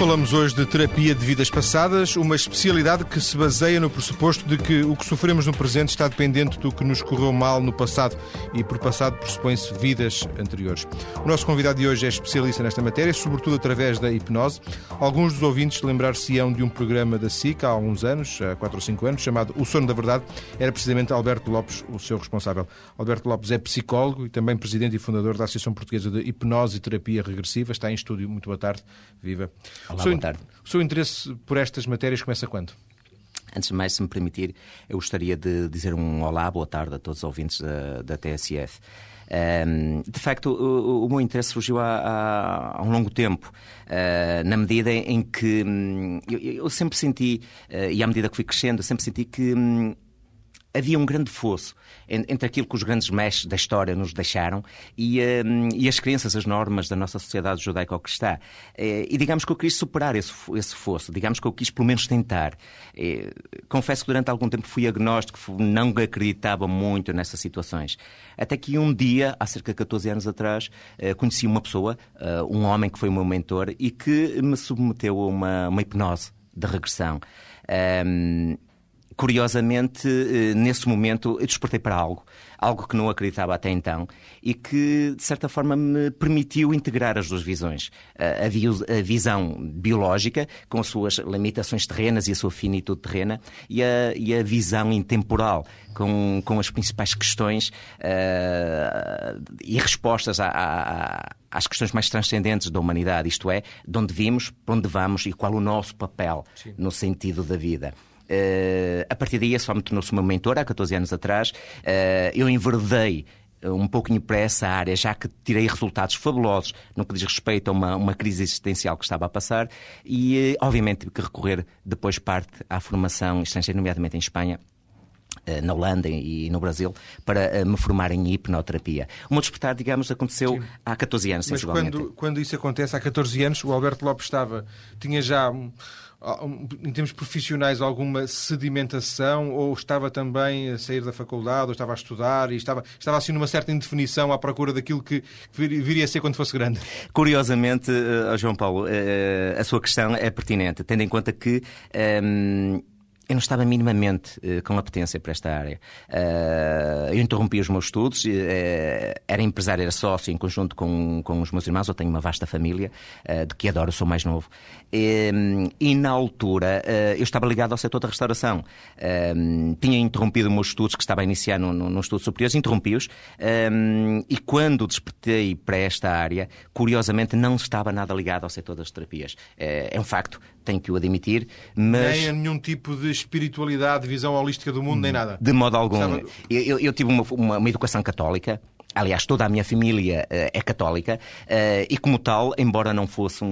Falamos hoje de terapia de vidas passadas, uma especialidade que se baseia no pressuposto de que o que sofremos no presente está dependente do que nos correu mal no passado, e por passado pressupõe-se vidas anteriores. O nosso convidado de hoje é especialista nesta matéria, sobretudo através da hipnose. Alguns dos ouvintes lembrar-se-ão de um programa da SIC há alguns anos, há 4 ou 5 anos, chamado O Sono da Verdade. Era precisamente Alberto Lopes o seu responsável. Alberto Lopes é psicólogo e também presidente e fundador da Associação Portuguesa de Hipnose e Terapia Regressiva. Está em estúdio. Muito boa tarde. Viva. Olá, boa tarde. O seu interesse por estas matérias começa quando? Antes de mais, se me permitir, eu gostaria de dizer um olá, boa tarde a todos os ouvintes da TSF. De facto, o meu interesse surgiu há um longo tempo, na medida em que eu sempre senti, e à medida que fui crescendo, eu sempre senti que havia um grande fosso entre aquilo que os grandes mestres da história nos deixaram e as crenças, as normas da nossa sociedade judaico-cristã. E digamos que eu quis superar esse fosso, digamos que eu quis pelo menos tentar. Confesso que durante algum tempo fui agnóstico, não acreditava muito nessas situações. Até que um dia, há cerca de 14 anos atrás, conheci uma pessoa, um homem que foi o meu mentor e que me submeteu a uma hipnose de regressão. Curiosamente, nesse momento, eu despertei para algo que não acreditava até então e que, de certa forma, me permitiu integrar as duas visões. A visão biológica, com as suas limitações terrenas e a sua finitude terrena, e a visão intemporal, com as principais questões e respostas às questões mais transcendentes da humanidade, isto é, de onde vimos, para onde vamos e qual o nosso papel no sentido da vida. A partir daí, esse homem tornou-se meu mentor há 14 anos atrás. Eu enverdei um pouquinho para essa área, já que tirei resultados fabulosos no que diz respeito a uma crise existencial que estava a passar e, obviamente, tive que recorrer depois parte à formação estrangeira, nomeadamente em Espanha, na Holanda e no Brasil, para me formar em hipnoterapia. O meu despertar, digamos, aconteceu há 14 anos, mas sensivelmente. Quando isso acontece, há 14 anos, o Alberto Lopes tinha já, em termos profissionais, alguma sedimentação, ou estava também a sair da faculdade, ou estava a estudar, e estava assim numa certa indefinição à procura daquilo que viria a ser quando fosse grande? Curiosamente, João Paulo, a sua questão é pertinente, tendo em conta que eu não estava minimamente com apetência para esta área. Eu interrompi os meus estudos, era empresário, era sócio em conjunto com os meus irmãos. Eu tenho uma vasta família, de que adoro, sou mais novo. E na altura eu estava ligado ao setor da restauração. Tinha interrompido os meus estudos, que estava a iniciar nos estudos superiores, interrompi-os. E quando despertei para esta área, curiosamente não estava nada ligado ao setor das terapias. É um facto, tenho que o admitir, mas... Nem a nenhum tipo de espiritualidade, visão holística do mundo, nem nada? De modo algum. Eu tive uma educação católica. Aliás, toda a minha família é católica e, como tal, embora não fosse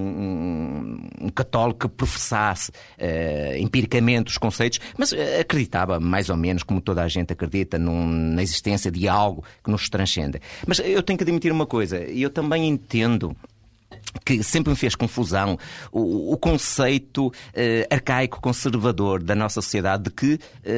um católico que professasse empiricamente os conceitos, mas acreditava, mais ou menos, como toda a gente acredita, na existência de algo que nos transcende. Mas eu tenho que admitir uma coisa, eu também entendo que sempre me fez confusão o conceito arcaico, conservador da nossa sociedade de que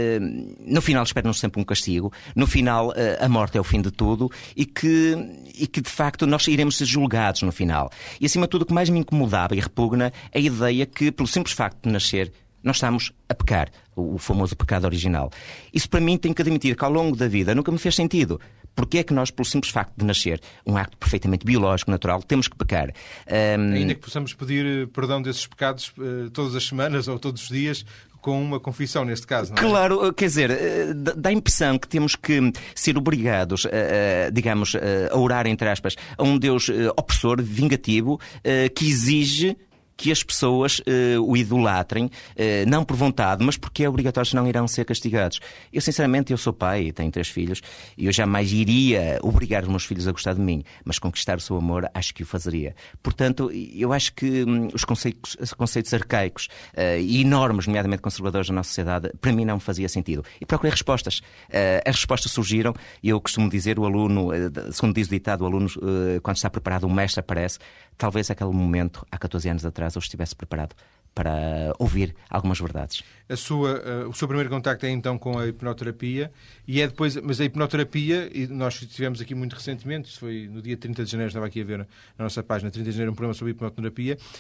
no final espera-nos sempre um castigo, no final a morte é o fim de tudo e que de facto nós iremos ser julgados no final. E acima de tudo o que mais me incomodava e repugna é a ideia que, pelo simples facto de nascer, nós estamos a pecar, o famoso pecado original. Isso para mim tenho que admitir que ao longo da vida nunca me fez sentido. Porque é que nós, pelo simples facto de nascer, um acto perfeitamente biológico, natural, temos que pecar? Ainda que possamos pedir perdão desses pecados todas as semanas ou todos os dias, com uma confissão neste caso, não é? Claro, quer dizer, dá a impressão que temos que ser obrigados, digamos, a orar, entre aspas, a um Deus opressor, vingativo, que exige que as pessoas o idolatrem, não por vontade, mas porque é obrigatório, senão irão ser castigados. Eu, sinceramente, eu sou pai e tenho 3 filhos, e eu jamais iria obrigar os meus filhos a gostar de mim, mas conquistar o seu amor, acho que o fazeria. Portanto, eu acho que os conceitos arcaicos e enormes, nomeadamente conservadores da nossa sociedade, para mim não me fazia sentido. E procurei respostas. As respostas surgiram, e eu costumo dizer, o aluno, segundo diz o ditado, o aluno, quando está preparado, o mestre aparece. Talvez aquele momento, há 14 anos atrás, eu estivesse preparado para ouvir algumas verdades. O seu primeiro contacto é então com a hipnoterapia e é depois, mas a hipnoterapia, e nós tivemos aqui muito recentemente, isso foi no dia 30 de janeiro, estava aqui a ver na nossa página, 30 de janeiro, um programa sobre hipnoterapia.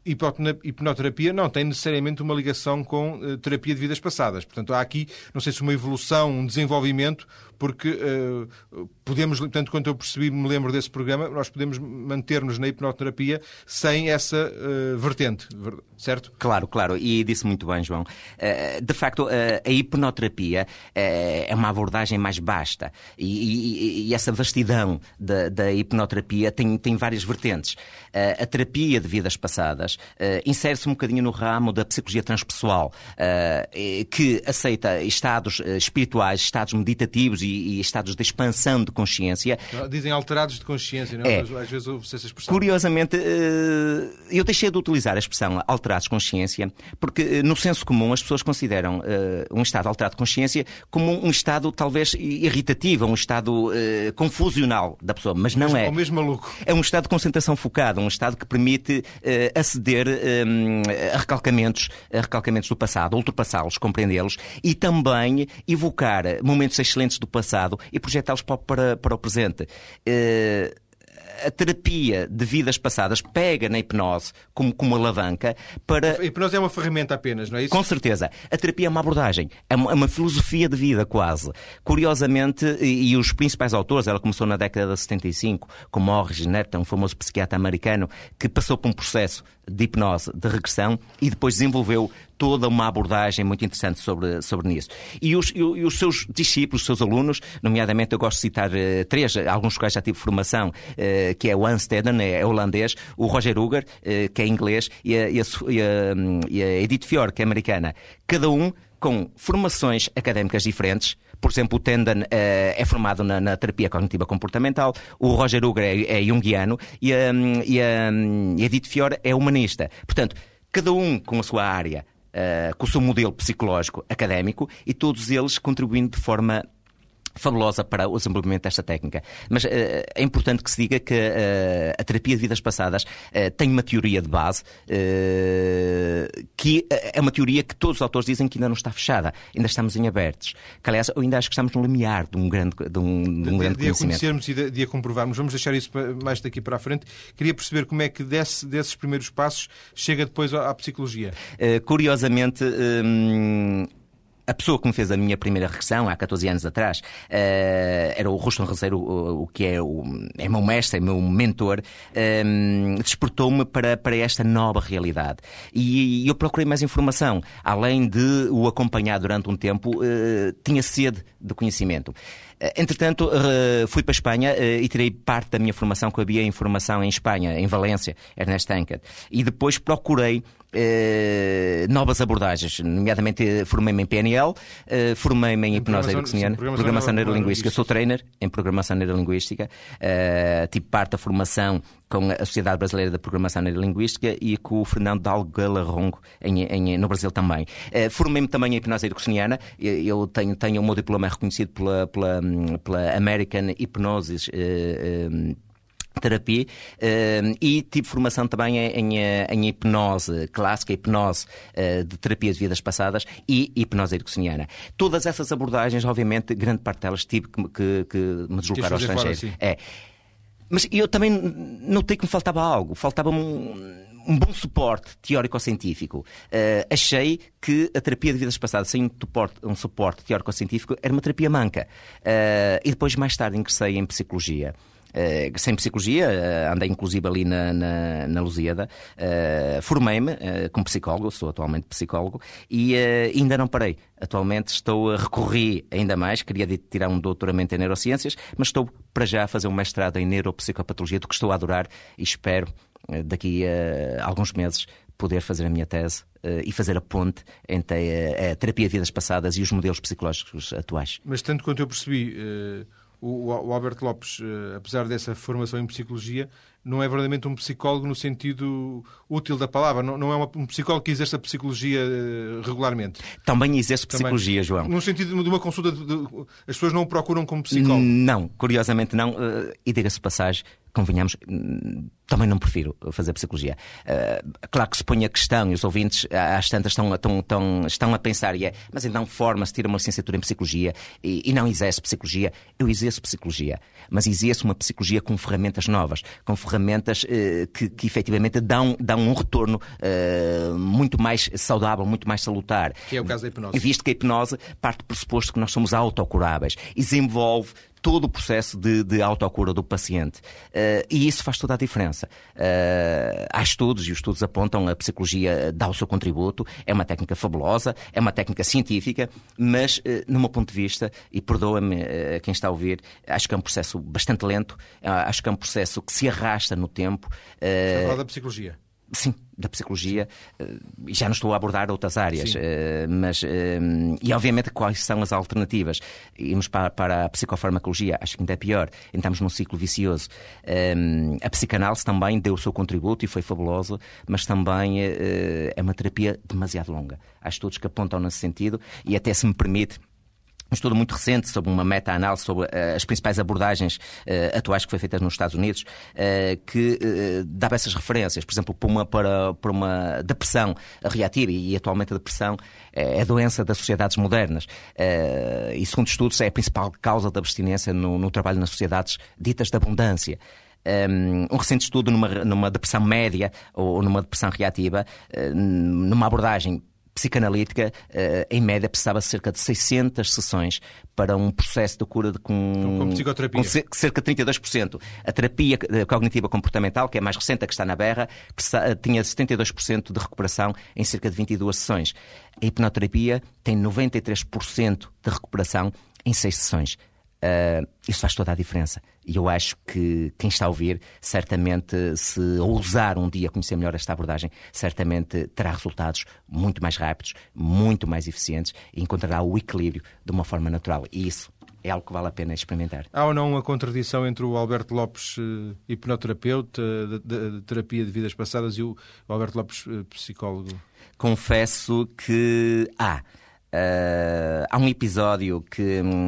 hipnoterapia não tem necessariamente uma ligação com terapia de vidas passadas. Portanto, há aqui, não sei se uma evolução, um desenvolvimento, porque podemos, tanto quanto eu percebi, me lembro desse programa, nós podemos manter-nos na hipnoterapia sem essa vertente, certo? Claro, e disse muito bem, João. De facto, a hipnoterapia é uma abordagem mais vasta e essa vastidão da hipnoterapia tem várias vertentes. A terapia de vidas passadas insere-se um bocadinho no ramo da psicologia transpessoal, que aceita estados espirituais, estados meditativos e estados de expansão de consciência. Dizem alterados de consciência, não é? Às vezes ouve-se essa expressão. Curiosamente, eu deixei de utilizar a expressão alterados de consciência porque, no senso comum, as pessoas consideram um estado alterado de consciência como um estado talvez irritativo, um estado confusional da pessoa, mas não é. Ou mesmo maluco. É um estado de concentração focada, um estado que permite aceder a recalcamentos do passado, ultrapassá-los, compreendê-los e também evocar momentos excelentes do passado e projetá-los para o presente. A terapia de vidas passadas pega na hipnose como alavanca para... A hipnose é uma ferramenta apenas, não é isso? Com certeza. A terapia é uma abordagem, é uma filosofia de vida quase. Curiosamente, e os principais autores, ela começou na década de 75, como Morris Nerton, um famoso psiquiatra americano, que passou por um processo de hipnose, de regressão, e depois desenvolveu toda uma abordagem muito interessante sobre isso. E os seus discípulos, os seus alunos, nomeadamente eu gosto de citar três, alguns quais já tive formação, que é o Hans Steden, é holandês, o Roger Uger, que é inglês, e a Edith Fior, que é americana. Cada um com formações académicas diferentes. Por exemplo, o Tenden é formado na terapia cognitiva comportamental, o Roger Uger é junguiano e a Edith Fior é humanista. Portanto, cada um com a sua área, com o seu modelo psicológico académico e todos eles contribuindo de forma fabulosa para o desenvolvimento desta técnica. Mas é importante que se diga que a terapia de vidas passadas tem uma teoria de base que é uma teoria que todos os autores dizem que ainda não está fechada. Ainda estamos em abertos. Que, aliás, eu ainda acho que estamos no limiar de um grande conhecimento. De a conhecermos e de a comprovarmos. Vamos deixar isso mais daqui para a frente. Queria perceber como é que desses primeiros passos chega depois à psicologia. Curiosamente... A pessoa que me fez a minha primeira regressão, há 14 anos atrás, era o Ruston Roseiro, o que é meu mestre, é meu mentor, despertou-me para esta nova realidade. E eu procurei mais informação. Além de o acompanhar durante um tempo, tinha sede de conhecimento. Entretanto, fui para a Espanha e tirei parte da minha formação que havia em formação em Espanha, em Valência, Ernest Tankert. E depois procurei novas abordagens, nomeadamente formei-me em PNL, formei-me em hipnose ericksoniana, programação neurolinguística. Eu sou trainer em programação neurolinguística, tive parte da formação com a Sociedade Brasileira da Programação Neurolinguística e com o Fernando Dalgo Galarrongo no Brasil também. Formei-me também em hipnose ericksoniana. Eu tenho o meu diploma reconhecido pela American Hypnosis Terapia e tive formação também em hipnose clássica, hipnose de terapia de vidas passadas e hipnose ericksoniana. Todas essas abordagens, obviamente, grande parte delas tive que me deslocar ao estrangeiro. Mas eu também notei que me faltava algo, faltava-me um bom suporte teórico-científico. Achei que a terapia de vidas passadas sem um suporte teórico-científico era uma terapia manca. E depois, mais tarde, ingressei em psicologia. Sem psicologia, andei inclusive ali na Lusíada, formei-me como psicólogo, sou atualmente psicólogo e ainda não parei. Atualmente estou a recorrer ainda mais, queria tirar um doutoramento em neurociências, mas estou para já a fazer um mestrado em neuropsicopatologia, do que estou a adorar e espero daqui a alguns meses poder fazer a minha tese e fazer a ponte entre a terapia de vidas passadas e os modelos psicológicos atuais. Mas tanto quanto eu percebi, o Alberto Lopes, apesar dessa formação em psicologia, não é verdadeiramente um psicólogo no sentido útil da palavra. Não é um psicólogo que exerce a psicologia regularmente. Também exerce psicologia, João. No sentido de uma consulta, as pessoas não o procuram como psicólogo? Não, curiosamente não. E diga-se de passagem, convenhamos, também não prefiro fazer psicologia. Claro que se põe a questão, e os ouvintes às tantas estão a pensar, mas então forma-se, tira uma licenciatura em psicologia e não exerce psicologia. Eu exerço psicologia, mas exerço uma psicologia com ferramentas novas, com ferramentas que efetivamente dão um retorno muito mais saudável, muito mais salutar. Que é o caso da hipnose. Visto que a hipnose parte do pressuposto que nós somos autocuráveis e desenvolve todo o processo de autocura do paciente. E isso faz toda a diferença. Há estudos, e os estudos apontam, a psicologia dá o seu contributo, é uma técnica fabulosa, é uma técnica científica, mas, no meu ponto de vista, e perdoa-me quem está a ouvir, acho que é um processo bastante lento, acho que é um processo que se arrasta no tempo. Está a falar da psicologia? Sim, da psicologia, e já não estou a abordar outras áreas, mas, e obviamente quais são as alternativas? Irmos para a psicofarmacologia, acho que ainda é pior, entramos num ciclo vicioso. A psicanálise também deu o seu contributo e foi fabuloso, mas também é uma terapia demasiado longa. Há estudos que apontam nesse sentido, e até se me permite, um estudo muito recente sobre uma meta-análise sobre as principais abordagens atuais que foi feita nos Estados Unidos, que dava essas referências, por exemplo, para uma depressão reativa, e atualmente a depressão é a doença das sociedades modernas. E segundo estudos é a principal causa da abstinência no trabalho nas sociedades ditas de abundância. Um recente estudo numa depressão média ou numa depressão reativa, numa abordagem psicanalítica, em média precisava cerca de 600 sessões para um processo de cura com psicoterapia. Com cerca de 32%. A terapia cognitiva comportamental, que é mais recente, a que está na berra, tinha 72% de recuperação em cerca de 22 sessões. A hipnoterapia tem 93% de recuperação em 6 sessões. Isso faz toda a diferença. E eu acho que quem está a ouvir, certamente, se ousar um dia conhecer melhor esta abordagem, certamente terá resultados muito mais rápidos, muito mais eficientes e encontrará o equilíbrio de uma forma natural. E isso é algo que vale a pena experimentar. Há ou não uma contradição entre o Alberto Lopes, hipnoterapeuta, de terapia de vidas passadas, e o Alberto Lopes, psicólogo? Confesso que há. Há um episódio que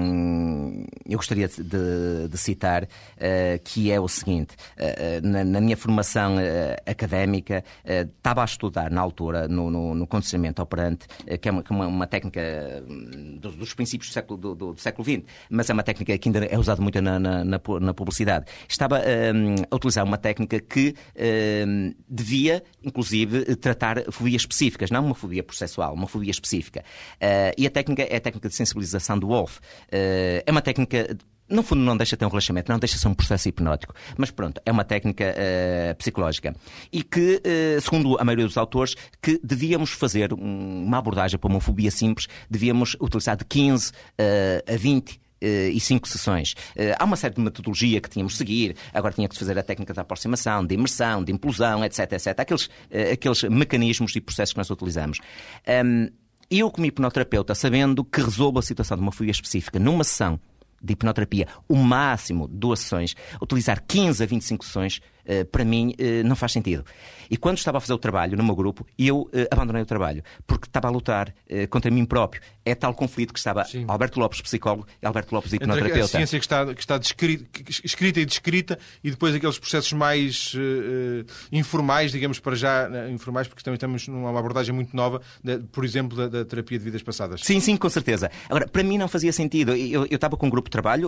eu gostaria de citar, que é o seguinte. Na minha formação académica, estava a estudar na altura no condicionamento operante, que é uma técnica dos princípios do século XX, mas é uma técnica que ainda é usada muito na publicidade. Estava a utilizar uma técnica que devia, inclusive, tratar fobias específicas, não uma fobia processual, uma fobia específica. E a técnica é a técnica de sensibilização do Wolff. É uma técnica, no fundo, não deixa de ter um relaxamento, não deixa de ser um processo hipnótico, mas pronto, é uma técnica psicológica. E que, segundo a maioria dos autores, que devíamos fazer uma abordagem para uma fobia simples, devíamos utilizar de 15 a 20 e 5 sessões. Há uma série de metodologia que tínhamos de seguir, agora tinha que fazer a técnica de aproximação, de imersão, de implosão, etc. Aqueles mecanismos e processos que nós utilizamos. Eu, como hipnoterapeuta, sabendo que resolvo a situação de uma fobia específica numa sessão de hipnoterapia, o máximo 2 sessões, utilizar 15 a 25 sessões, para mim, não faz sentido. E quando estava a fazer o trabalho no meu grupo, eu abandonei o trabalho, porque estava a lutar contra mim próprio. É tal conflito que estava Alberto Lopes, psicólogo, e Alberto Lopes, hipnoterapeuta. Entre a ciência que está escrita e descrita, e depois aqueles processos mais informais, digamos para já, informais, porque também estamos numa abordagem muito nova, por exemplo, da terapia de vidas passadas. Sim, com certeza. Agora, para mim não fazia sentido. Eu estava com um grupo de trabalho,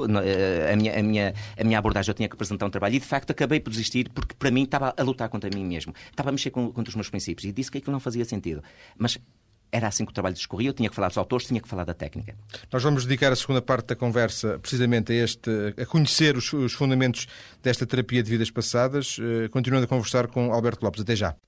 a minha abordagem, eu tinha que apresentar um trabalho, e de facto acabei por desistir, porque para mim estava a lutar contra mim mesmo. Estava a mexer contra os meus princípios, e disse que aquilo não fazia sentido. Mas era assim que o trabalho discorria, eu tinha que falar dos autores, tinha que falar da técnica. Nós vamos dedicar a segunda parte da conversa precisamente a conhecer os fundamentos desta terapia de vidas passadas, continuando a conversar com Alberto Lopes. Até já.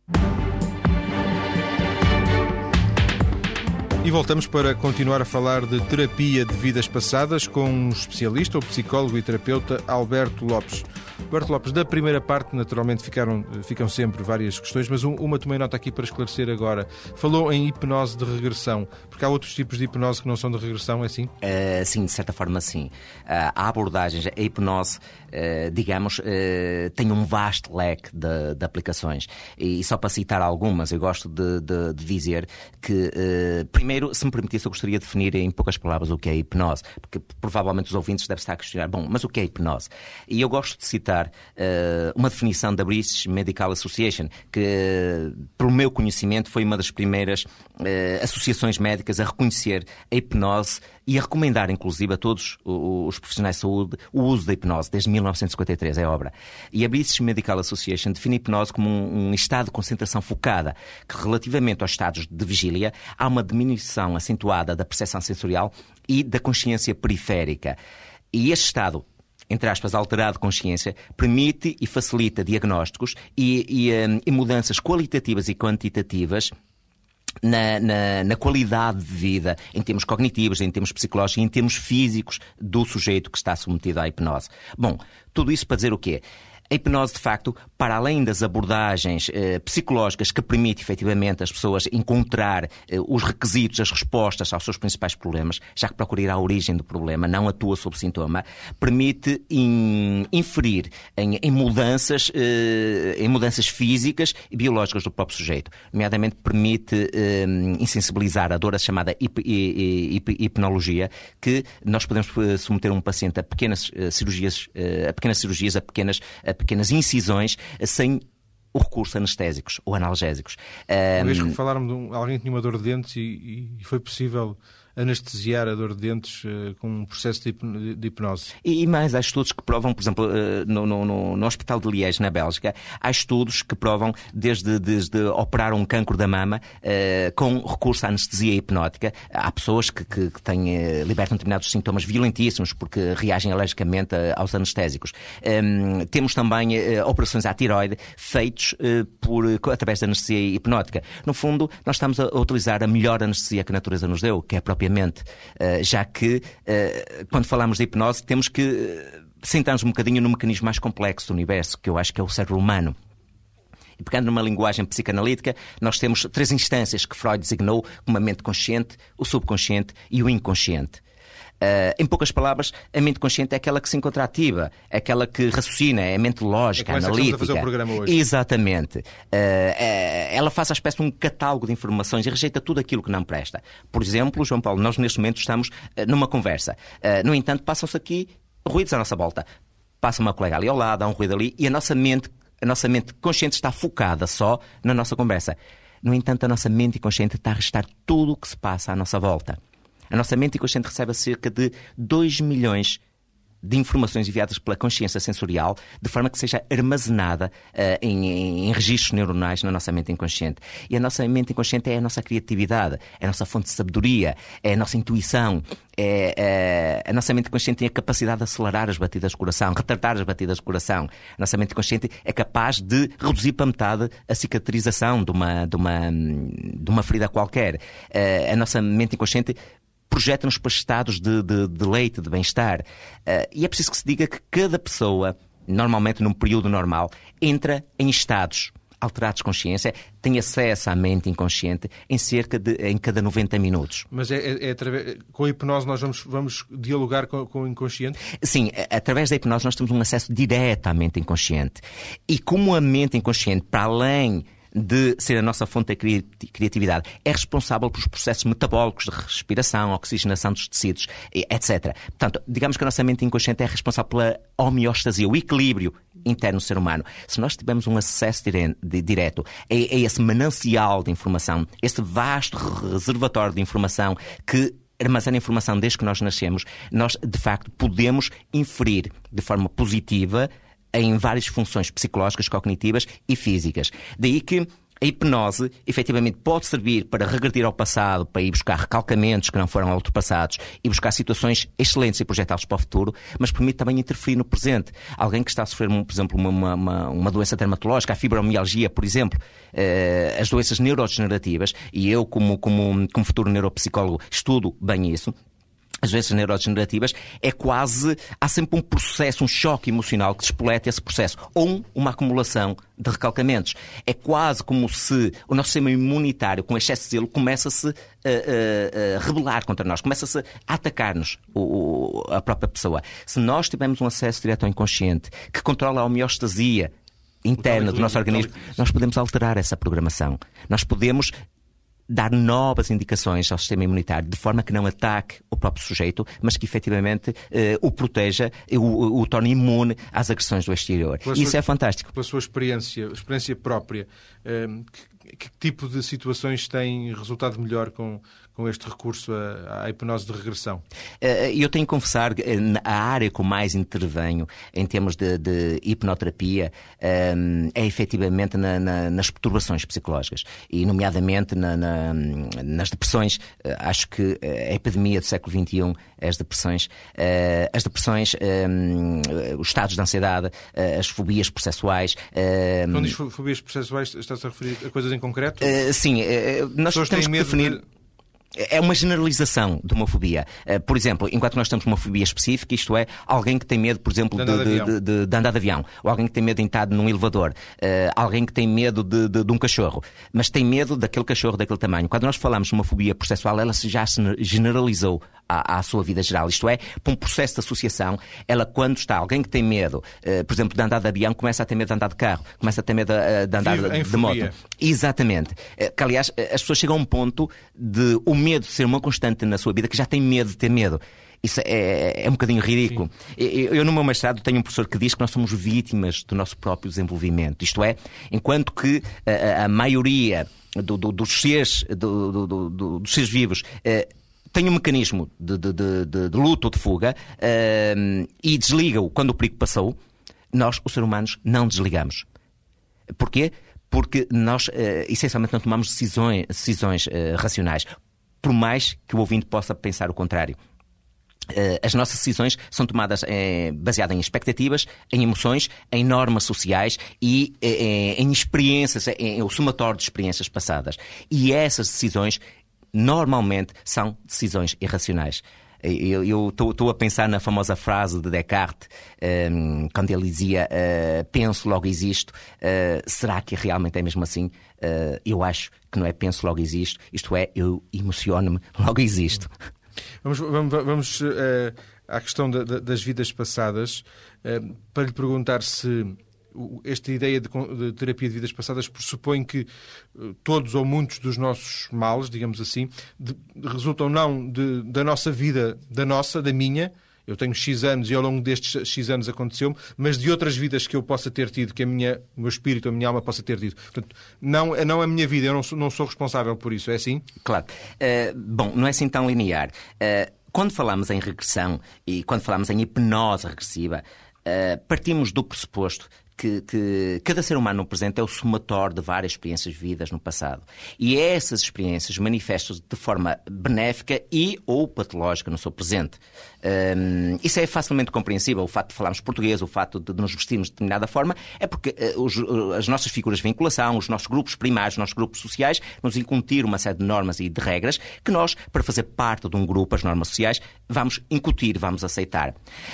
E voltamos para continuar a falar de terapia de vidas passadas com um especialista, o psicólogo e terapeuta Alberto Lopes. Alberto Lopes, da primeira parte, naturalmente, ficam sempre várias questões, mas uma tomei nota aqui para esclarecer agora. Falou em hipnose de regressão, porque há outros tipos de hipnose que não são de regressão, é assim? Sim, de certa forma sim. Há abordagens, a hipnose, digamos, tem um vasto leque de aplicações. E só para citar algumas, eu gosto de dizer que, primeiro, Primeiro, se me permitisse, eu gostaria de definir em poucas palavras o que é a hipnose, porque provavelmente os ouvintes devem estar a questionar, bom, mas o que é a hipnose? E eu gosto de citar uma definição da British Medical Association, que, pelo meu conhecimento, foi uma das primeiras associações médicas a reconhecer a hipnose e a recomendar, inclusive, a todos os profissionais de saúde o uso da hipnose, desde 1953, é a obra. E a British Medical Association define a hipnose como um estado de concentração focada, que relativamente aos estados de vigília há uma diminuição acentuada da percepção sensorial e da consciência periférica. E este estado, entre aspas, alterado de consciência, permite e facilita diagnósticos e mudanças qualitativas e quantitativas na qualidade de vida, em termos cognitivos, em termos psicológicos e em termos físicos do sujeito que está submetido à hipnose. Bom, tudo isso para dizer o quê? A hipnose, de facto, para além das abordagens psicológicas que permite, efetivamente, as pessoas encontrar os requisitos, as respostas aos seus principais problemas, já que procura ir à origem do problema, não atua sobre o sintoma, permite inferir em mudanças físicas e biológicas do próprio sujeito. Nomeadamente, permite insensibilizar a dor, a chamada hipnologia, que nós podemos submeter um paciente a pequenas cirurgias, a pequenas incisões, sem o recurso a anestésicos ou analgésicos. Uma vez que falaram de alguém que tinha uma dor de dentes e foi possível anestesiar a dor de dentes com um processo de hipnose. E mais, há estudos que provam, por exemplo, no Hospital de Liège, na Bélgica, há estudos que provam desde operar um cancro da mama com recurso à anestesia hipnótica. Há pessoas que libertam determinados sintomas violentíssimos porque reagem alergicamente aos anestésicos. Temos também operações à tiroide feitos através da anestesia hipnótica. No fundo, nós estamos a utilizar a melhor anestesia que a natureza nos deu, que é a própria mente, já que quando falamos de hipnose temos que sentar-nos um bocadinho no mecanismo mais complexo do universo, que eu acho que é o cérebro humano. E pegando numa linguagem psicanalítica, nós temos 3 instâncias que Freud designou como a mente consciente, o subconsciente e o inconsciente. Em poucas palavras, a mente consciente é aquela que se encontra ativa, é aquela que raciocina, é a mente lógica, analítica. A fazer o programa hoje. Exatamente. Ela faz a espécie de um catálogo de informações e rejeita tudo aquilo que não presta. Por exemplo, João Paulo, nós neste momento estamos numa conversa. No entanto, passam-se aqui ruídos à nossa volta. Passa uma colega ali ao lado, há um ruído ali, e a nossa mente consciente está focada só na nossa conversa. No entanto, a nossa mente inconsciente está a restar tudo o que se passa à nossa volta. A nossa mente inconsciente recebe cerca de 2 milhões de informações enviadas pela consciência sensorial, de forma que seja armazenada em registros neuronais na nossa mente inconsciente. E a nossa mente inconsciente é a nossa criatividade, é a nossa fonte de sabedoria, é a nossa intuição. A nossa mente consciente tem a capacidade de acelerar as batidas do coração, retardar as batidas do coração. A nossa mente consciente é capaz de reduzir para metade a cicatrização de uma ferida qualquer. A nossa mente inconsciente projeta-nos para estados de deleite, de bem-estar. E é preciso que se diga que cada pessoa, normalmente num período normal, entra em estados alterados de consciência, tem acesso à mente inconsciente em cada 90 minutos. Mas com a hipnose nós vamos dialogar com o inconsciente? Sim, através da hipnose nós temos um acesso direto à mente inconsciente. E como a mente inconsciente, para além de ser a nossa fonte de criatividade, é responsável pelos processos metabólicos de respiração, oxigenação dos tecidos, etc. Portanto, digamos que a nossa mente inconsciente é responsável pela homeostasia, o equilíbrio interno do ser humano. Se nós tivermos um acesso direto a esse manancial de informação, esse vasto reservatório de informação que armazena informação desde que nós nascemos, nós, de facto, podemos inferir de forma positiva em várias funções psicológicas, cognitivas e físicas. Daí que a hipnose, efetivamente, pode servir para regredir ao passado, para ir buscar recalcamentos que não foram ultrapassados e buscar situações excelentes e projetá-los para o futuro, mas permite também interferir no presente. Alguém que está a sofrer, por exemplo, uma doença dermatológica, a fibromialgia, por exemplo, as doenças neurodegenerativas, e eu, como futuro neuropsicólogo, estudo bem isso. As doenças neurodegenerativas há sempre um processo, um choque emocional que despoleta esse processo, ou uma acumulação de recalcamentos. É quase como se o nosso sistema imunitário, com excesso de zelo, começa-se a rebelar contra nós, começa-se a atacar-nos, a própria pessoa. Se nós tivermos um acesso direto ao inconsciente, que controla a homeostasia interna do nosso organismo, nós podemos alterar essa programação. Nós podemos dar novas indicações ao sistema imunitário, de forma que não ataque o próprio sujeito, mas que efetivamente o proteja, o torne imune às agressões do exterior. Isso é fantástico. Pela sua experiência própria, que tipo de situações tem resultado melhor com este recurso à hipnose de regressão? Eu tenho que confessar que a área que eu mais intervenho em termos de hipnoterapia é efetivamente nas perturbações psicológicas e, nomeadamente, nas depressões. Acho que a epidemia do século XXI é as depressões, os estados de ansiedade, as fobias processuais. Quando diz fobias processuais, está-se a referir a coisas em concreto? Sim, nós temos que definir... É uma generalização de uma fobia. Por exemplo, enquanto nós temos uma fobia específica, isto é, alguém que tem medo, por exemplo, de andar de avião, ou alguém que tem medo de entrar num elevador, alguém que tem medo de um cachorro, mas tem medo daquele cachorro daquele tamanho. Quando nós falamos de uma fobia processual, ela já se generalizou à sua vida geral. Isto é, por um processo de associação, ela, quando está alguém que tem medo, por exemplo, de andar de avião, começa a ter medo de andar de carro, começa a ter medo de andar de moto. Exatamente. Que, aliás, as pessoas chegam a um ponto de o medo de ser uma constante na sua vida, que já tem medo de ter medo. Isso é um bocadinho ridículo. Eu, no meu mestrado, tenho um professor que diz que nós somos vítimas do nosso próprio desenvolvimento. Isto é, enquanto que a maioria dos seres vivos tem um mecanismo de luta ou de fuga e desliga-o quando o perigo passou, nós, os seres humanos, não desligamos. Porquê? Porque nós, essencialmente, não tomamos decisões racionais, por mais que o ouvinte possa pensar o contrário. As nossas decisões são tomadas baseadas em expectativas, em emoções, em normas sociais e em experiências, em o somatório de experiências passadas. E essas decisões, normalmente, são decisões irracionais. Eu estou a pensar na famosa frase de Descartes, quando ele dizia penso, logo existo. Será que realmente é mesmo assim? Eu acho que não é penso, logo existo. Isto é, eu emociono-me, logo existo. Vamos à questão das vidas passadas, para lhe perguntar se esta ideia de terapia de vidas passadas pressupõe que todos ou muitos dos nossos males, digamos assim, resultam não da nossa vida, da minha. Eu tenho X anos e ao longo destes X anos aconteceu-me, mas de outras vidas que eu possa ter tido, que o meu espírito, a minha alma possa ter tido. Portanto, não a minha vida, eu não sou responsável por isso, é assim? Claro. Bom, não é assim tão linear. Quando falamos em regressão e quando falamos em hipnose regressiva, partimos do pressuposto que cada ser humano no presente é o somatório de várias experiências vividas no passado. E essas experiências manifestam-se de forma benéfica e ou patológica no seu presente. Isso é facilmente compreensível. O facto de falarmos português, o facto de nos vestirmos de determinada forma, é porque as nossas figuras de vinculação, os nossos grupos primários, os nossos grupos sociais, nos incutiram uma série de normas e de regras que nós, para fazer parte de um grupo, as normas sociais, vamos incutir, vamos aceitar.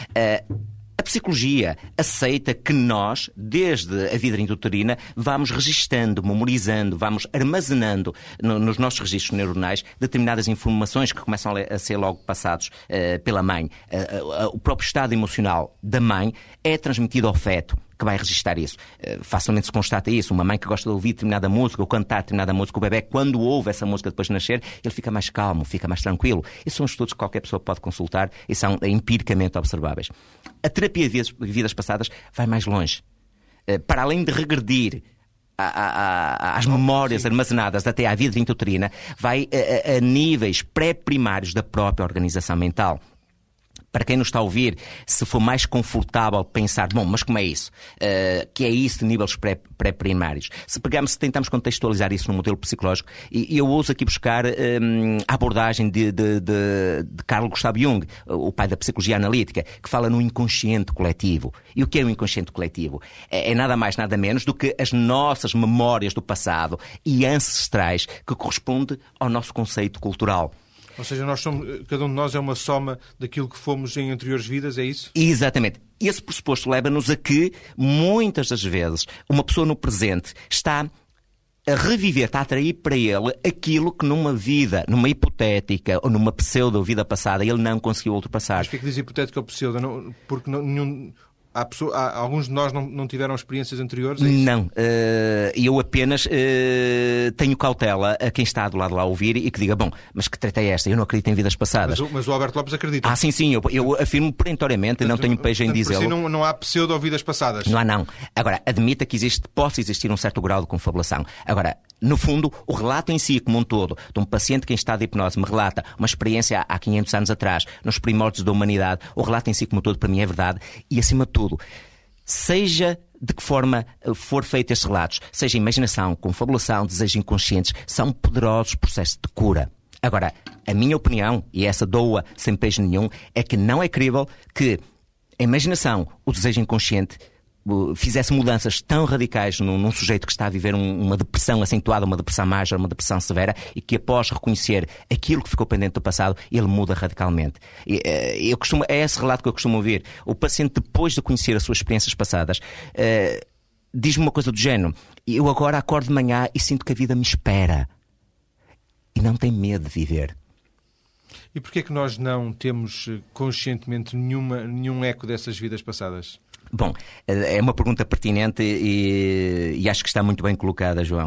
A psicologia aceita que nós, desde a vida intrauterina, vamos registando, memorizando, vamos armazenando nos nossos registros neuronais determinadas informações que começam a ser logo passados pela mãe. O próprio estado emocional da mãe é transmitido ao feto, que vai registar isso. Facilmente se constata isso. Uma mãe que gosta de ouvir determinada música ou cantar determinada música, o bebê, quando ouve essa música depois de nascer, ele fica mais calmo, fica mais tranquilo. Esses são estudos que qualquer pessoa pode consultar e são empiricamente observáveis. A terapia de vidas passadas vai mais longe. Para além de regredir às memórias armazenadas até à vida intrauterina, vai a níveis pré-primários da própria organização mental. Para quem nos está a ouvir, se for mais confortável pensar, bom, mas como é isso? Que é isso de níveis pré-primários? Se tentamos contextualizar isso no modelo psicológico, e eu ouso aqui buscar a abordagem de Carl Gustav Jung, o pai da psicologia analítica, que fala no inconsciente coletivo. E o que é o inconsciente coletivo? É nada mais, nada menos do que as nossas memórias do passado e ancestrais que corresponde ao nosso conceito cultural. Ou seja, cada um de nós é uma soma daquilo que fomos em anteriores vidas, é isso? Exatamente. Esse pressuposto leva-nos a que, muitas das vezes, uma pessoa no presente está a reviver, está a atrair para ele aquilo que numa vida, numa hipotética ou numa pseudo-vida passada, ele não conseguiu ultrapassar. Mas por que diz hipotética ou pseudo? Porque Alguns de nós não tiveram experiências anteriores? Não. Eu apenas tenho cautela a quem está do lado lá a ouvir e que diga, bom, mas que treta é esta? Eu não acredito em vidas passadas. Mas o Alberto Lopes acredita. Sim, eu afirmo perentoriamente, não tenho pejo em dizê-lo. Por si não há pseudo-vidas passadas? Não há, não. Agora, admita que possa existir um certo grau de confabulação. Agora, no fundo, o relato em si, como um todo, de um paciente que em estado de hipnose me relata uma experiência há 500 anos atrás, nos primórdios da humanidade, o relato em si, como um todo, para mim é verdade. E, acima de tudo, seja de que forma for feito estes relatos, seja imaginação, confabulação, desejos inconscientes, são poderosos processos de cura. Agora, a minha opinião, e essa dou-a sem pejo nenhum, é que não é crível que a imaginação, o desejo inconsciente, fizesse mudanças tão radicais num sujeito que está a viver uma depressão acentuada, uma depressão major, uma depressão severa, e que após reconhecer aquilo que ficou pendente do passado, ele muda radicalmente. É esse relato que eu costumo ouvir. O paciente, depois de conhecer as suas experiências passadas, diz-me uma coisa do género: eu agora acordo de manhã e sinto que a vida me espera. E não tem medo de viver. E porquê é que nós não temos conscientemente nenhum eco dessas vidas passadas? Bom, é uma pergunta pertinente e acho que está muito bem colocada, João.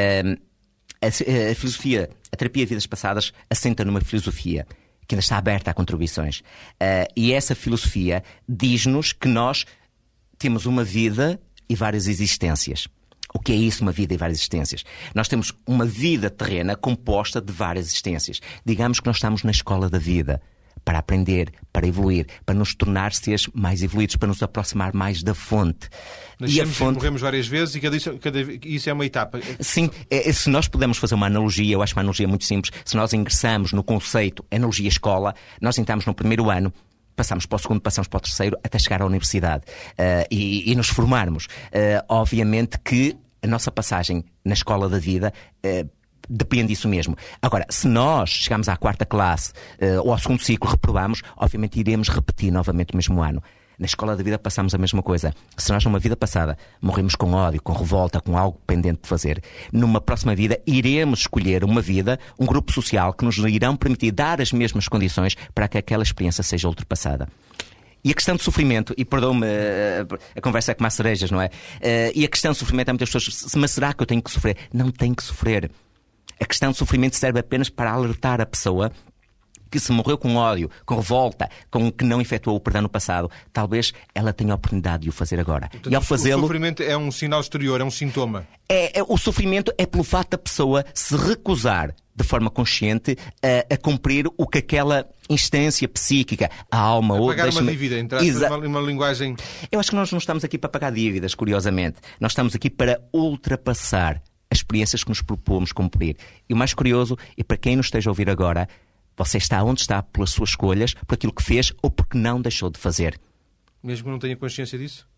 A filosofia, a terapia de vidas passadas assenta numa filosofia que ainda está aberta a contribuições. E essa filosofia diz-nos que nós temos uma vida e várias existências. O que é isso, uma vida e várias existências? Nós temos uma vida terrena composta de várias existências. Digamos que nós estamos na escola da vida, para aprender, para evoluir, para nos tornar seres mais evoluídos, para nos aproximar mais da fonte. Nascemos e morremos várias vezes e isso é uma etapa. Sim, se nós pudermos fazer uma analogia, eu acho uma analogia muito simples, se nós ingressamos no conceito analogia escola, nós entramos no primeiro ano, passamos para o segundo, passamos para o terceiro, até chegar à universidade e nos formarmos. Obviamente que a nossa passagem na escola da vida depende disso mesmo. Agora, se nós chegamos à quarta classe ou ao segundo ciclo, reprovamos, obviamente iremos repetir novamente o mesmo ano. Na escola da vida passamos a mesma coisa. Se nós numa vida passada morremos com ódio, com revolta, com algo pendente de fazer, numa próxima vida iremos escolher uma vida, um grupo social que nos irão permitir dar as mesmas condições para que aquela experiência seja ultrapassada. E a questão de sofrimento, e perdoa-me, a conversa é como as cerejas, não é? E a questão de sofrimento, há muitas pessoas, mas será que eu tenho que sofrer? Não tenho que sofrer. A questão de sofrimento serve apenas para alertar a pessoa que se morreu com ódio, com revolta, com que não efetuou o perdão no passado, talvez ela tenha a oportunidade de o fazer agora. Portanto, e ao fazê-lo, o sofrimento é um sinal exterior, é um sintoma. O sofrimento é pelo facto da pessoa se recusar de forma consciente a cumprir o que aquela instância psíquica, a alma... ou pagar uma dívida, entrar numa linguagem... Eu acho que nós não estamos aqui para pagar dívidas, curiosamente. Nós estamos aqui para ultrapassar as experiências que nos propomos cumprir. E o mais curioso, e para quem nos esteja a ouvir agora, você está onde está pelas suas escolhas, por aquilo que fez ou porque não deixou de fazer. Mesmo que não tenha consciência disso?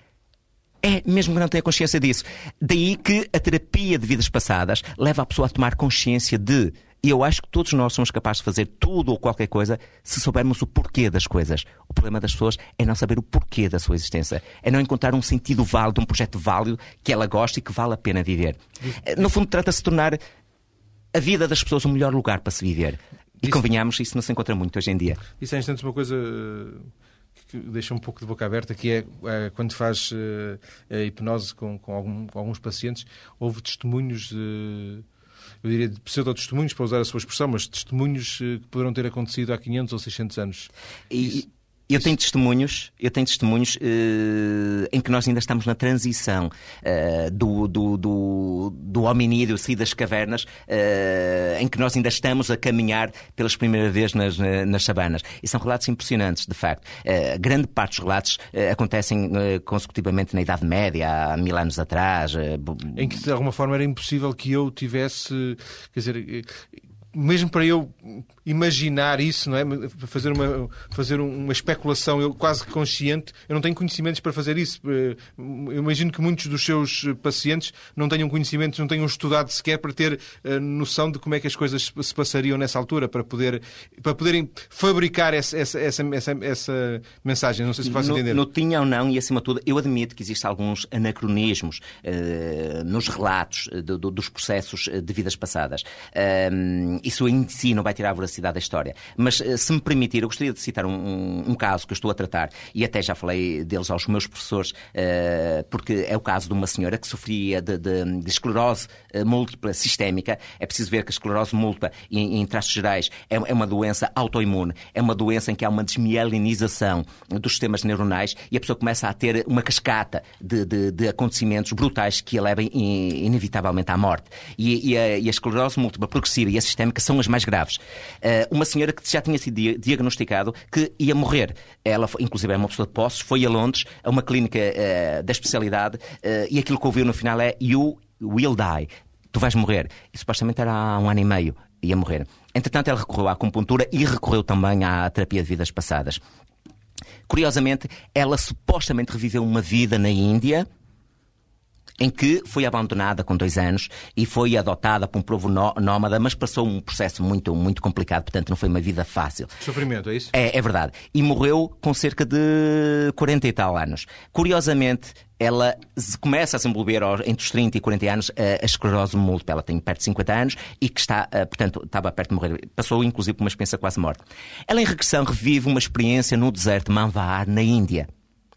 Mesmo que não tenha consciência disso. Daí que a terapia de vidas passadas leva a pessoa a tomar consciência de... E eu acho que todos nós somos capazes de fazer tudo ou qualquer coisa se soubermos o porquê das coisas. O problema das pessoas é não saber o porquê da sua existência. É não encontrar um sentido válido, um projeto válido que ela gosta e que vale a pena viver. No fundo, trata-se de tornar a vida das pessoas um melhor lugar para se viver. E convenhamos, isso não se encontra muito hoje em dia. Isso é, instantes, uma coisa que deixa um pouco de boca aberta, que é quando faz a hipnose com alguns pacientes, houve testemunhos, eu diria de pseudo-testemunhos, para usar a sua expressão, mas testemunhos que poderão ter acontecido há 500 ou 600 anos. Eu tenho testemunhos em que nós ainda estamos na transição do hominídeo, sair das cavernas, em que nós ainda estamos a caminhar pela primeira vez nas sabanas. E são relatos impressionantes, de facto. Grande parte dos relatos acontecem consecutivamente na Idade Média, há 1000 anos atrás. Em que, de alguma forma, era impossível que eu tivesse... Quer dizer... Mesmo para eu imaginar isso, não é? Fazer uma especulação eu quase consciente, eu não tenho conhecimentos para fazer isso. Eu imagino que muitos dos seus pacientes não tenham conhecimentos, não tenham estudado sequer para ter noção de como é que as coisas se passariam nessa altura, para poderem fabricar essa mensagem. Não sei se faço entender. Não tinha ou não, e acima de tudo, eu admito que existem alguns anacronismos nos relatos dos processos de vidas passadas. isso em si não vai tirar a veracidade da história. Mas, se me permitir, eu gostaria de citar um caso que eu estou a tratar, e até já falei deles aos meus professores, porque é o caso de uma senhora que sofria de esclerose múltipla sistémica. É preciso ver que a esclerose múltipla, em traços gerais, é uma doença autoimune, é uma doença em que há uma desmielinização dos sistemas neuronais e a pessoa começa a ter uma cascata de acontecimentos brutais que a levem inevitavelmente à morte. E a esclerose múltipla progressiva e a sistémica são as mais graves. Uma senhora que já tinha sido diagnosticado que ia morrer. Ela, inclusive, é uma pessoa de Poços, foi a Londres, a uma clínica da especialidade, e aquilo que ouviu no final é "You will die", tu vais morrer. E supostamente era há 1 ano e meio, ia morrer. Entretanto, ela recorreu à acupuntura e recorreu também à terapia de vidas passadas. Curiosamente, ela supostamente reviveu uma vida na Índia, em que foi abandonada com 2 anos e foi adotada por um povo nómada, mas passou um processo muito, muito complicado, portanto não foi uma vida fácil. Sofrimento, é isso? É verdade. E morreu com cerca de 40 e tal anos. Curiosamente, ela começa a se envolver entre os 30 e 40 anos a esclerose múltipla. Ela tem perto de 50 anos e que está, portanto, estava perto de morrer. Passou, inclusive, por uma experiência quase morte. Ela, em regressão, revive uma experiência no deserto de Manvar, na Índia.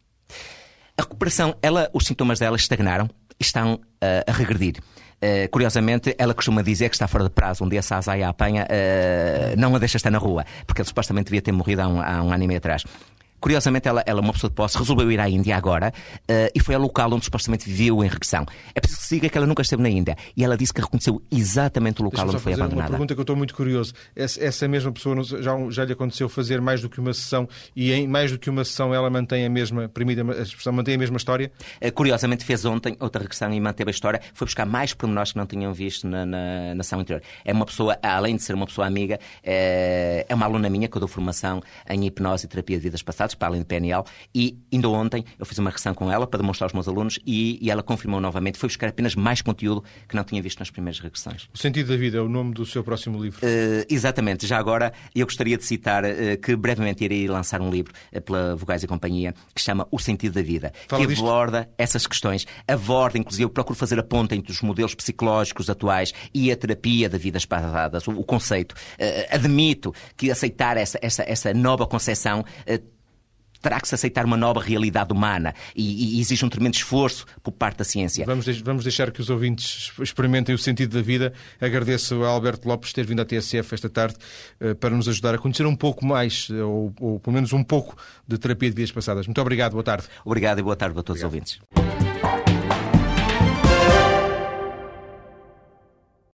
A recuperação, os sintomas dela estagnaram e estão a regredir. Curiosamente, ela costuma dizer que está fora de prazo. Um dia se a azaia apanha, não a deixa estar na rua, porque ele supostamente devia ter morrido há um ano e meio atrás. Curiosamente, ela, uma pessoa de Poços, resolveu ir à Índia agora e foi ao local onde supostamente viveu em regressão. É preciso que se diga que ela nunca esteve na Índia e ela disse que reconheceu exatamente o local onde foi abandonada. Uma pergunta que eu estou muito curioso. Essa mesma pessoa já lhe aconteceu fazer mais do que uma sessão e em mais do que uma sessão ela mantém a mesma, permite a expressão, mantém a mesma história? Curiosamente fez ontem outra regressão e manteve a história. Foi buscar mais pormenores que não tinham visto na sessão anterior. É uma pessoa, além de ser uma pessoa amiga, é uma aluna minha que eu dou formação em hipnose e terapia de vidas passadas, para além de PNL, e ainda ontem eu fiz uma regressão com ela para demonstrar aos meus alunos e ela confirmou novamente, foi buscar apenas mais conteúdo que não tinha visto nas primeiras regressões. O Sentido da Vida é o nome do seu próximo livro? Exatamente. Já agora eu gostaria de citar que brevemente irei lançar um livro pela Vogais e Companhia que se chama O Sentido da Vida, que aborda essas questões, aborda, inclusive, eu procuro fazer a ponta entre os modelos psicológicos atuais e a terapia de vidas passadas, o conceito. Admito que aceitar essa nova concepção terá que se aceitar uma nova realidade humana e exige um tremendo esforço por parte da ciência. Vamos deixar que os ouvintes experimentem o sentido da vida. Agradeço a Alberto Lopes ter vindo à TSF esta tarde para nos ajudar a conhecer um pouco mais, ou pelo menos um pouco, de terapia de vidas passadas. Muito obrigado, boa tarde. Obrigado e boa tarde a todos os ouvintes.